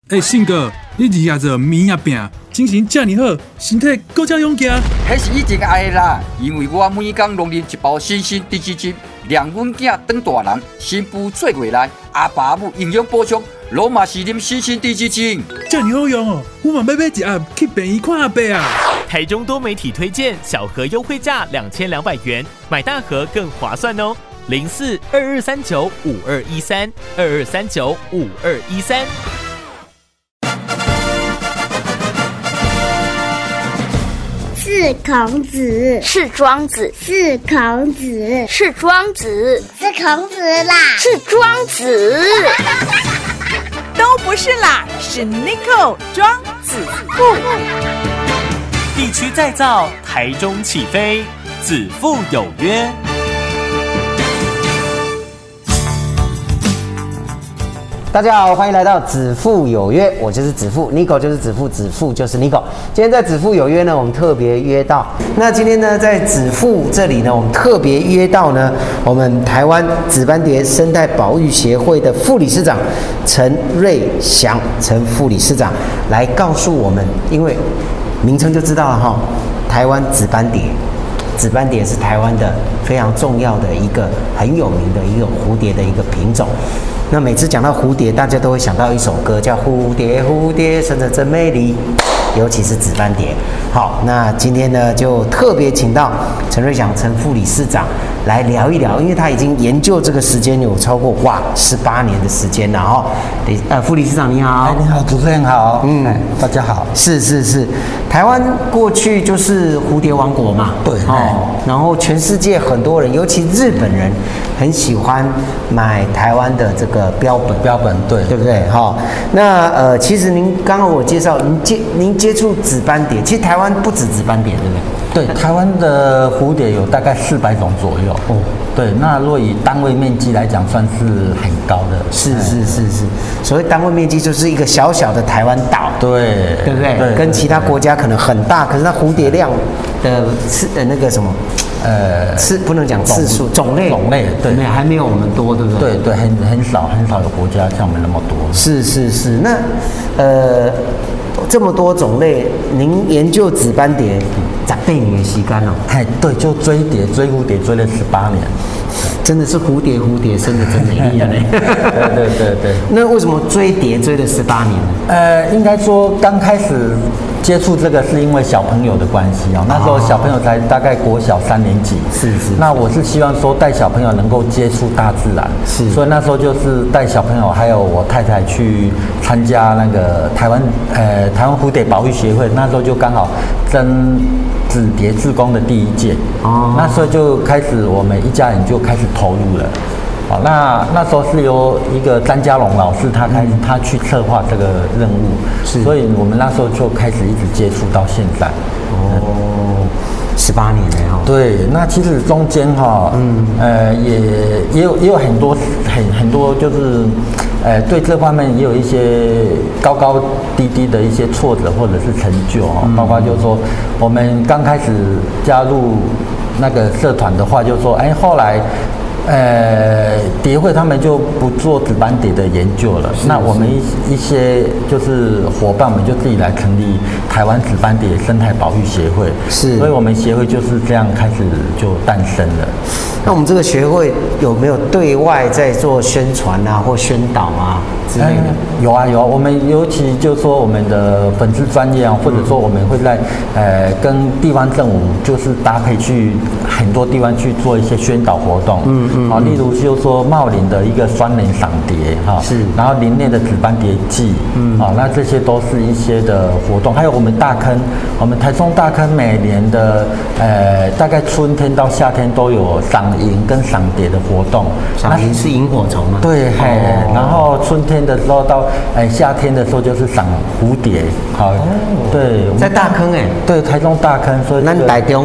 信哥，你日夜做面也拼，精神这么好，身体搁这勇健。 迄是以前爱的啦，因为我每天拢啉一包新鲜低脂精，让阮囝当大人，新妇做过来，阿爸母营养补充，拢嘛是啉新鲜低脂精。 这么好用哦，我嘛要买一盒去便医看阿伯啊。 台中多媒体推荐，小盒优惠价2200元，买大盒更划算哦。04-2239-5213，2239-5213。 是孔子， 是庄子， 是孔子， 是庄子， 是孔子啦， 是庄子， 都不是啦，是 Nico 庄子富。 地区再造，台中起飞，子父有约。 大家好，欢迎来到子父有约，我就是子父 ，Nico 就是子父，子父就是 Nico。今天在子父有约呢，我们特别约到。那今天呢，在子父这里呢，我们特别约到呢，我们台湾紫斑蝶生态保育协会的副理事长陈瑞祥，陈副理事长来告诉我们，因为名称就知道了哈，台湾紫斑蝶。紫斑蝶是台湾的非常重要的一个很有名的一个蝴蝶的一个品种。那每次讲到蝴蝶，大家都会想到一首歌，叫《蝴蝶蝴蝶生得真美丽》，尤其是紫斑蝶。好，那今天呢就特别请到陈瑞祥陈副理事长来聊一聊，因为他已经研究这个时间有超过18年的时间了哈。副理事长你好。 你好，主持人好。大家好。 是，台湾过去就是蝴蝶王国嘛。 对。 然后全世界很多人，尤其日本人，很喜欢买台湾的这个标本，对不对？那其实您刚刚我介绍，您接触紫斑蝶，其实台湾不止紫斑蝶，对不对？ 对，台湾的蝴蝶有大概400种左右。对，那若以单位面积来讲，算是很高的。 是。所谓单位面积，就是一个小小的台湾岛。 对不对？跟其他国家可能很大，可是它蝴蝶量的那个什么，不能讲次数，种类，对，还没有我们多，对不对？ 对，很少有国家像我们那么多。是。 那这么多种类，您研究紫斑蝶18年的时间哦。 对，就追蝴蝶追了18年。 真的是蝴蝶生得真美丽啊！ 对。 那为什么追蝶追了18年呢？ 应该说刚开始接触这个是因为小朋友的关系哦。那时候小朋友才大概国小3年级。是。那我是希望说带小朋友能够接触大自然。是。所以那时候就是带小朋友还有我太太去参加那个台湾蝴蝶保育协会，那时候就刚好争紫蝶志工的第1届。那时候就开始我们一家人就开始投入了。那时候是由一个詹家龙老师他去策划这个任务，所以我们那时候就开始一直接触到现在。 18年了哦。 对，那其实中间也有很多就是对这方面也有一些高高低低的一些挫折或者是成就包括就是说我们刚开始加入那个社团的话，就是说后来蝶会他们就不做紫斑蝶的研究了。那我们一些就是伙伴们就自己来成立台湾紫斑蝶生态保育协会。所以我们协会就是这样开始就诞生了。 那我们这个学会有没有对外在做宣传啊，或宣导啊之类的？ 有啊。我们尤其就是说我们的粉丝专业啊，或者说我们会在跟地方政府就是搭配去很多地方去做一些宣导活动。例如就是说茂林的一个双人赏蝶然后林内的紫斑蝶季那这些都是一些的活动。还有我们台中大坑每年的大概春天到夏天都有赏萤跟赏蝶的活动。 赏萤是萤火虫吗？ 对，然后春天的时候到夏天的时候就是赏蝴蝶。对， 在大坑对，台中大坑。所以咱台中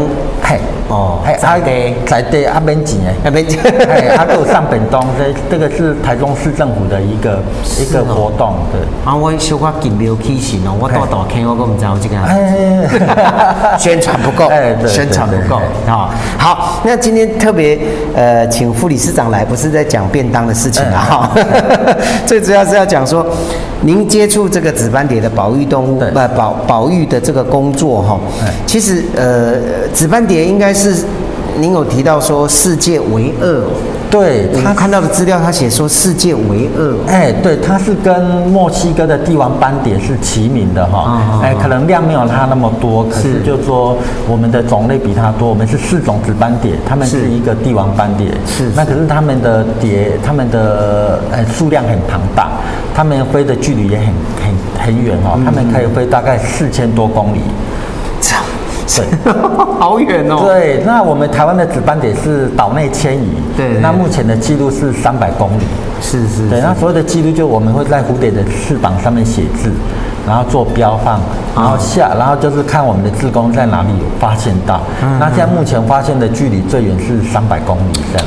嘿， 哦， 在地啊免钱诶， 免钱， 还有上本东，这个是台中市政府的一个活动，对。 啊，我小可进庙起神哦，我到大坑我都唔知有这个，宣传不够，宣传不够啊。好，那今天特别请副理事长来，不是在讲便当的事情啊，最主要是要讲说，您接触这个紫斑蝶的保育动物，保育的这个工作哈，其实紫斑蝶应该是您有提到说世界唯二。 对， 他看到的资料，他写说世界唯二。 对，它是跟墨西哥的帝王斑蝶是齐名的哈。可能量没有它那么多，可是就说我们的种类比它多。我们是4种紫斑蝶，它们是一个帝王斑蝶。是。那可是它们的蝶，它们的数量很庞大，它们飞的距离也很远哈。它们可以飞大概4000多公里。 对，好远哦。 对，那我们台湾的紫斑蝶是岛内迁移，对，那目前的记录是300公里。是。对，那所有的记录就我们会在蝴蝶的翅膀上面写字，然后做标放，然后就是看我们的志工在哪里有发现到。那现在目前发现的距离最远是300公里这样。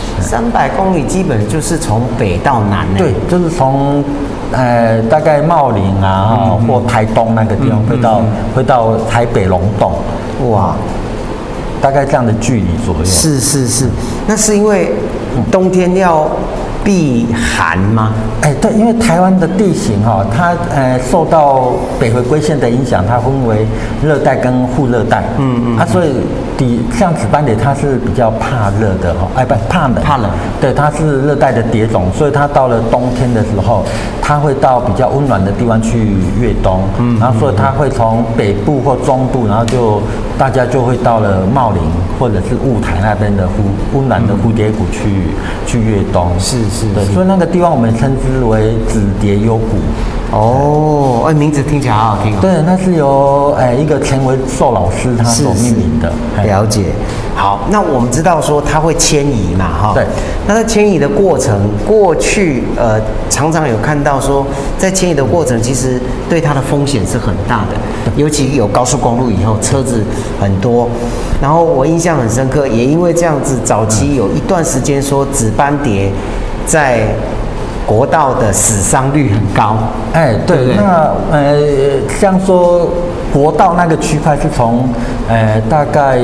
300公里基本就是从北到南。 对，就是从大概茂林啊，或台东那个地方会到台北龙洞，哇，大概这样的距离左右。 是，那是因为冬天要避寒吗？ 对，因为台湾的地形哈，它受到北回归线的影响，它分为热带跟副热带。所以像紫斑蝶它是比较怕热的哈，不怕冷。对，它是热带的蝶种，所以它到了冬天的时候，它会到比较温暖的地方去越冬。然后所以它会从北部或中部，然后大家就会到了茂林或者是雾台那边的温暖的蝴蝶谷去越冬。是，对，所以那个地方我们称之为紫蝶幽谷。 哦，名字听起来好好听哦。 对，那是由一个陈维寿老师他所命名的。 了解。好，那我们知道说它会迁移嘛，哈。对。那在迁移的过程，过去常常有看到说，在迁移的过程，其实对它的风险是很大的，尤其有高速公路以后，车子很多。然后我印象很深刻，也因为这样子，早期有一段时间说紫斑蝶在国道的死伤率很高。 对，那像说国道那个区块是从大概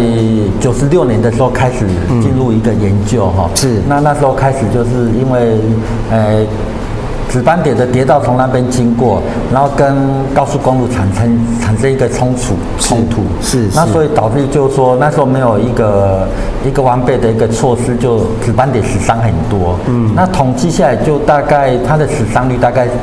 96年的时候开始进入一个研究哈。是。那时候开始就是因为紫斑蝶的蝶道从那边经过，然后跟高速公路产生一个冲突。是。那所以导致就是说那时候没有一个完备的一个措施，就紫斑蝶死伤很多。那统计下来就大概它的死伤率大概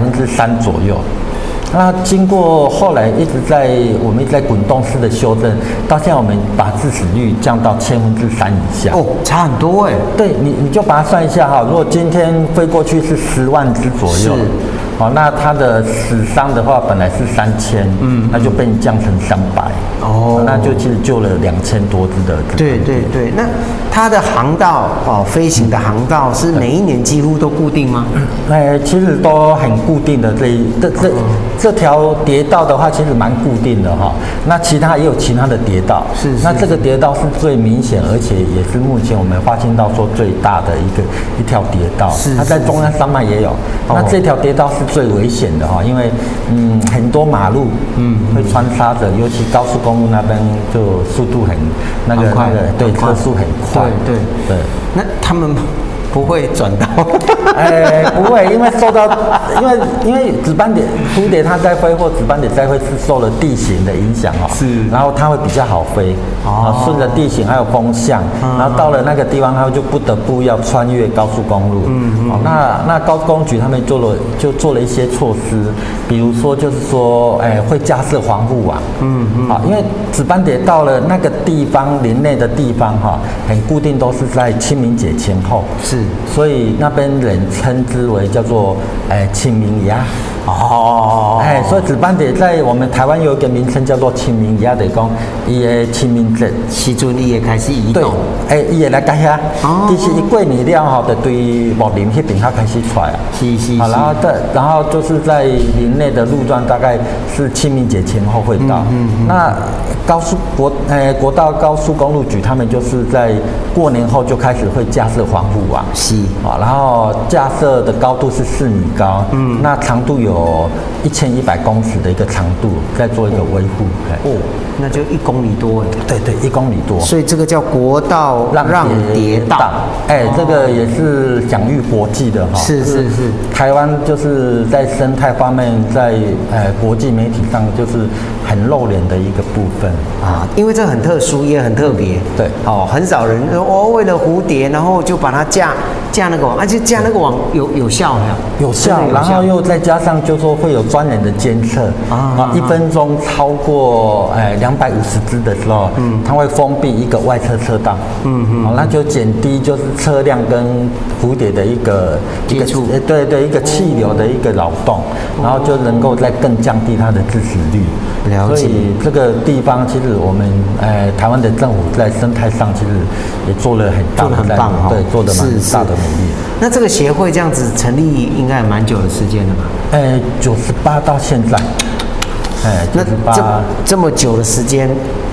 3%左右。那经过后来我们一直在滚动式的修正，到现在我们把致死率降到3%以下。 差很多对，你就把它算一下哈，如果今天飞过去是10万只左右，那它的死伤的话本来是3000，那就被你降成300，那就其实救了2000多只的。 对，那它的航道飞行的航道是每一年几乎都固定吗？ 其实都很固定的，这条蝶道的话，其实蛮固定的哈。那其他也有其他的蝶道，那这个蝶道是最明显，而且也是目前我们发现到说最大的一条蝶道。它在中央山脉也有。那这条蝶道是最危险的哈，因为很多马路会穿插着，尤其高速公路那边就速度对，车速很快。对。 那他们不会转到？ 不会，因为因为紫斑蝶蝴蝶它在飞或紫斑蝶在飞是受了地形的影响然后它会比较好飞顺着地形还有风向，然后到了那个地方，它就不得不要穿越高速公路。那高速公路局他们做了一些措施，比如说就是说，会架设防护网。因为紫斑蝶到了那个地方林内的地方很固定，都是在清明节前后。所以那边人称之为叫做清明芽。 哦， 所以紫斑蝶在我们台湾有一个名称叫做清明，也得讲伊的清明节时阵伊会开始移动， 伊会来家遐，其实一过年了后，就对木林那边它开始出来啊。 是。 然后就是在林内的路段，大概是清明节前后会到。那国道高速公路局他们就是在过年后就开始会架设防护网，然后架设的高度是4米高，那长度有1100公尺的一个长度，在做一个维护。 那就1公里多哎。 对，1公里多。 所以这个叫国道让蝶道， 这个也是享誉国际的哈。 是。 台湾就是在生态方面，在国际媒体上就是很露脸的一个部分啊，因为这很特殊，也很特别。 对， 很少人为了蝴蝶，然后就把它架那个网，而且架那个网有效呀， 有效，然后又再加上就说会有专人的监测1分钟超过250只的时候，它会封闭一个外侧车道，那就减低就是车辆跟蝴蝶的一个接触， 对，一个气流的一个扰动，然后就能够再更降低它的致死率。 了解。 所以这个地方其实我们台湾的政府在生态上其实也做了很大的， 很棒对，做的蛮大的努力。 那这个协会这样子成立应该蛮久的时间了吧 ？98到现在。 那这么久的时间，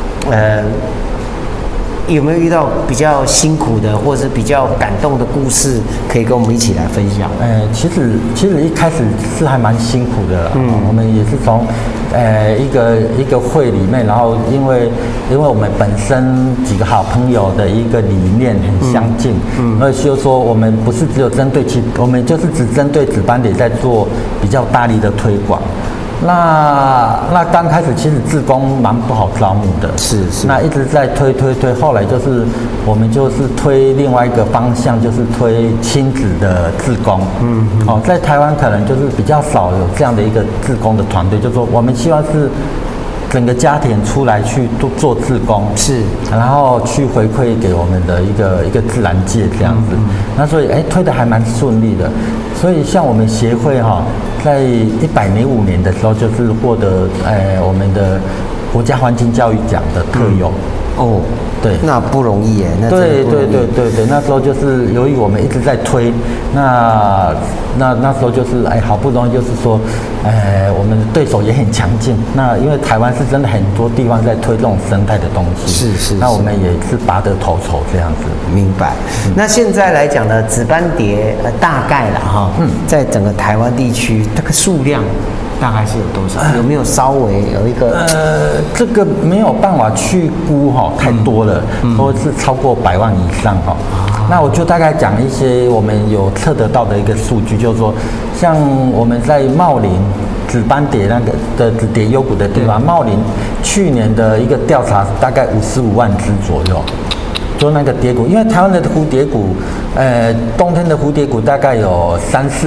有没有遇到比较辛苦的，或者是比较感动的故事，可以跟我们一起来分享？ 其实一开始是还蛮辛苦的，我们也是从一个会里面，然后因为我们本身几个好朋友的一个理念很相近，所以就说我们不是只有针对我们就是只针对紫斑蝶在做比较大力的推广。那刚开始其实志工蛮不好招募的， 是。 那一直在推，后来就是我们就是推另外一个方向，就是推亲子的志工。在台湾可能就是比较少有这样的一个志工的团队，就是说我们希望是整个家庭出来去做志工， 是，然后去回馈给我们的一个自然界这样子。那所以推得还蛮顺利的。所以像我们协会在105年的时候，就是获得我们的国家环境教育奖的特优。对， 那不容易耶。 对，那时候就是由于我们一直在推，那时候就是好不容易就是说，我们的对手也很强劲。那因为台湾是真的很多地方在推这种生态的东西， 是。 那我们也是拔得头筹这样子。 明白。那现在来讲呢，紫斑蝶大概啦在整个台湾地区这个数量大概是有多少？有没有稍微有一个？ 这个没有办法去估太多了，都是超过100万以上那我就大概讲一些我们有测得到的一个数据，就是说，像我们在茂林紫斑蝶那个的紫蝶幽谷的地方，茂林去年的一个调查大概55万只左右。就那个蝶谷，因为台湾的蝴蝶谷，冬天的蝴蝶谷大概有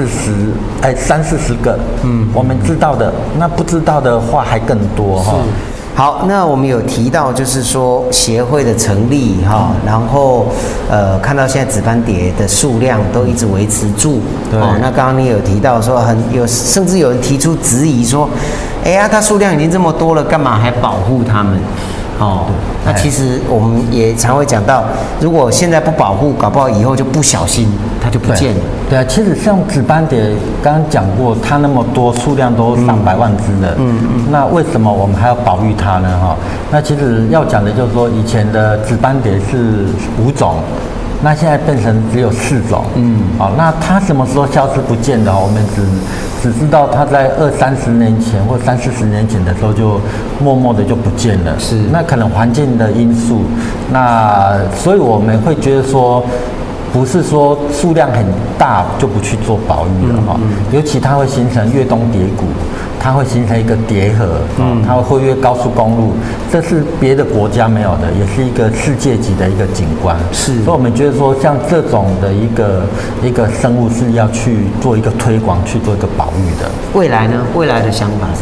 30-40个，我们知道的，那不知道的话还更多好，那我们有提到就是说协会的成立然后看到现在紫斑蝶的数量都一直维持住。那刚刚你有提到说甚至有人提出质疑说，它数量已经这么多了，干嘛还保护它们？那其实我们也常会讲到，如果现在不保护，搞不好以后就不小心它就不见了。 对啊，其实像紫斑蝶刚刚讲过，它那么多数量都上百万只的，那为什么我们还要保育它呢？那其实要讲的就是说，以前的紫斑蝶是5种。那现在变成只有4种，那它什么时候消失不见的？我们只知道它在20-30年前或30-40年前的时候就默默的就不见了。 是， 那可能环境的因素，那所以我们会觉得说，不是说数量很大就不去做保育了尤其它会形成越冬蝶谷。它会形成一个蝶河，它会越高速公路，这是别的国家没有的，也是一个世界级的一个景观。 是， 所以我们觉得说，像这种的一个生物是要去做一个推广，去做一个保育的。 未来呢？未来的想法是怎么样？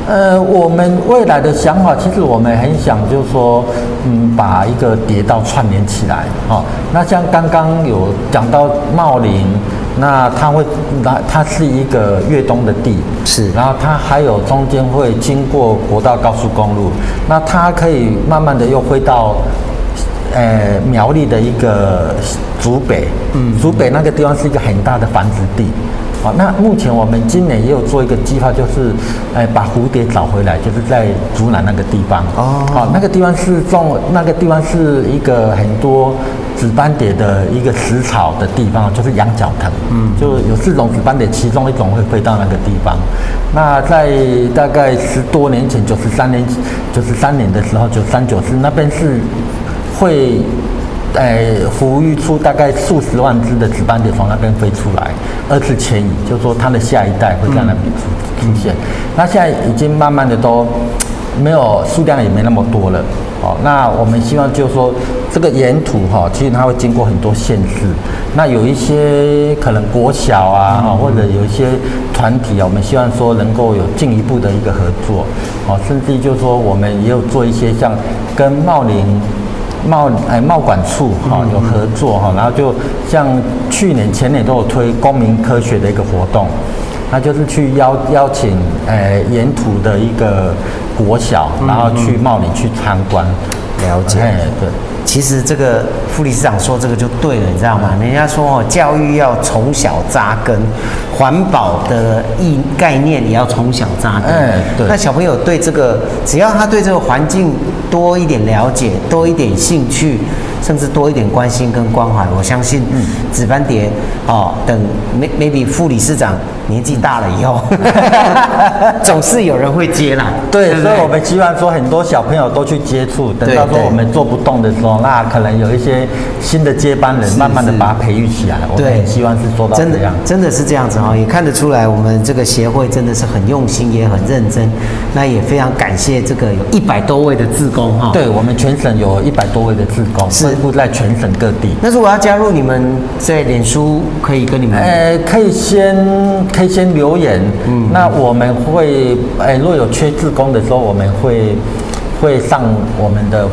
我们未来的想法，其实我们很想就是说，把一个蝶道串联起来。那像刚刚有讲到茂林，那它是一个越冬的地， 是， 然后它还有中间会经过国道高速公路，那它可以慢慢的又回到。苗栗的一个竹北，竹北那个地方是一个很大的繁殖地。那目前我们今年也有做一个计划，就是把蝴蝶找回来，就是在竹南那个地方。那个地方是一个很多紫斑蝶的一个食草的地方，就是羊角藤。就有4种紫斑蝶，其中一种会飞到那个地方。那在大概10多年前，93年的时候，93、94那边是。会，孵育出大概数十万只的紫斑蝶从那边飞出来，2次迁移，就是说它的下一代会在那边出现。那现在已经慢慢的都没有数量也没那么多了。那我们希望就是说这个沿途其实它会经过很多县市，那有一些可能国小啊，或者有一些团体啊，我们希望说能够有进一步的一个合作，甚至就是说我们也有做一些像跟茂管处有合作然后就像去年前年都有推公民科学的一个活动，那就是去邀请沿途的一个国小，然后去茂林去参观。 了解， 对。 其实这个副理事长说这个就对了，你知道吗？人家说教育要从小扎根，环保的概念也要从小扎根。 对。 那小朋友对这个，只要他对这个环境多一点了解，多一点兴趣，甚至多一点关心跟关怀，我相信紫斑蝶等 maybe 副理事长年纪大了以后，总是有人会接啦。 对，所以我们希望说很多小朋友都去接触，等到说我们做不动的时候，那可能有一些新的接班人，慢慢的把它培育起来。我们很希望是做到这样， 真的是这样子也看得出来，我们这个协会真的是很用心，也很认真。那也非常感谢这个有100多位的志工对，我们全省有100多位的志工，分布在全省各地。 那如果要加入你们在脸书，可以跟你们可以先留言，那我们会若有缺志工的时候，我们会上我们的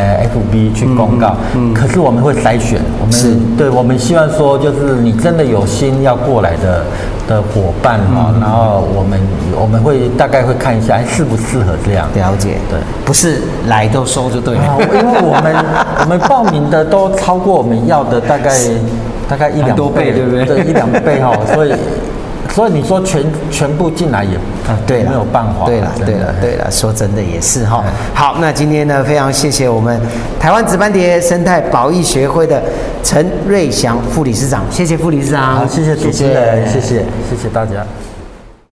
FB 去公告，可是我们会筛选，我们希望说就是你真的有心要过来的伙伴然后我们会大概会看一下适不适合这样。 了解，对，不是来都收就对了， 因为我们报名的都超过我们要的大概1-2倍，对不对？对，1-2倍所以你说全部进来也对没有办法。 对了，说真的也是好，那今天呢，非常谢谢我们台湾紫斑蝶生态保育学会的陈瑞祥副理事长，谢谢副理事长， 好，谢谢主持人，谢谢大家。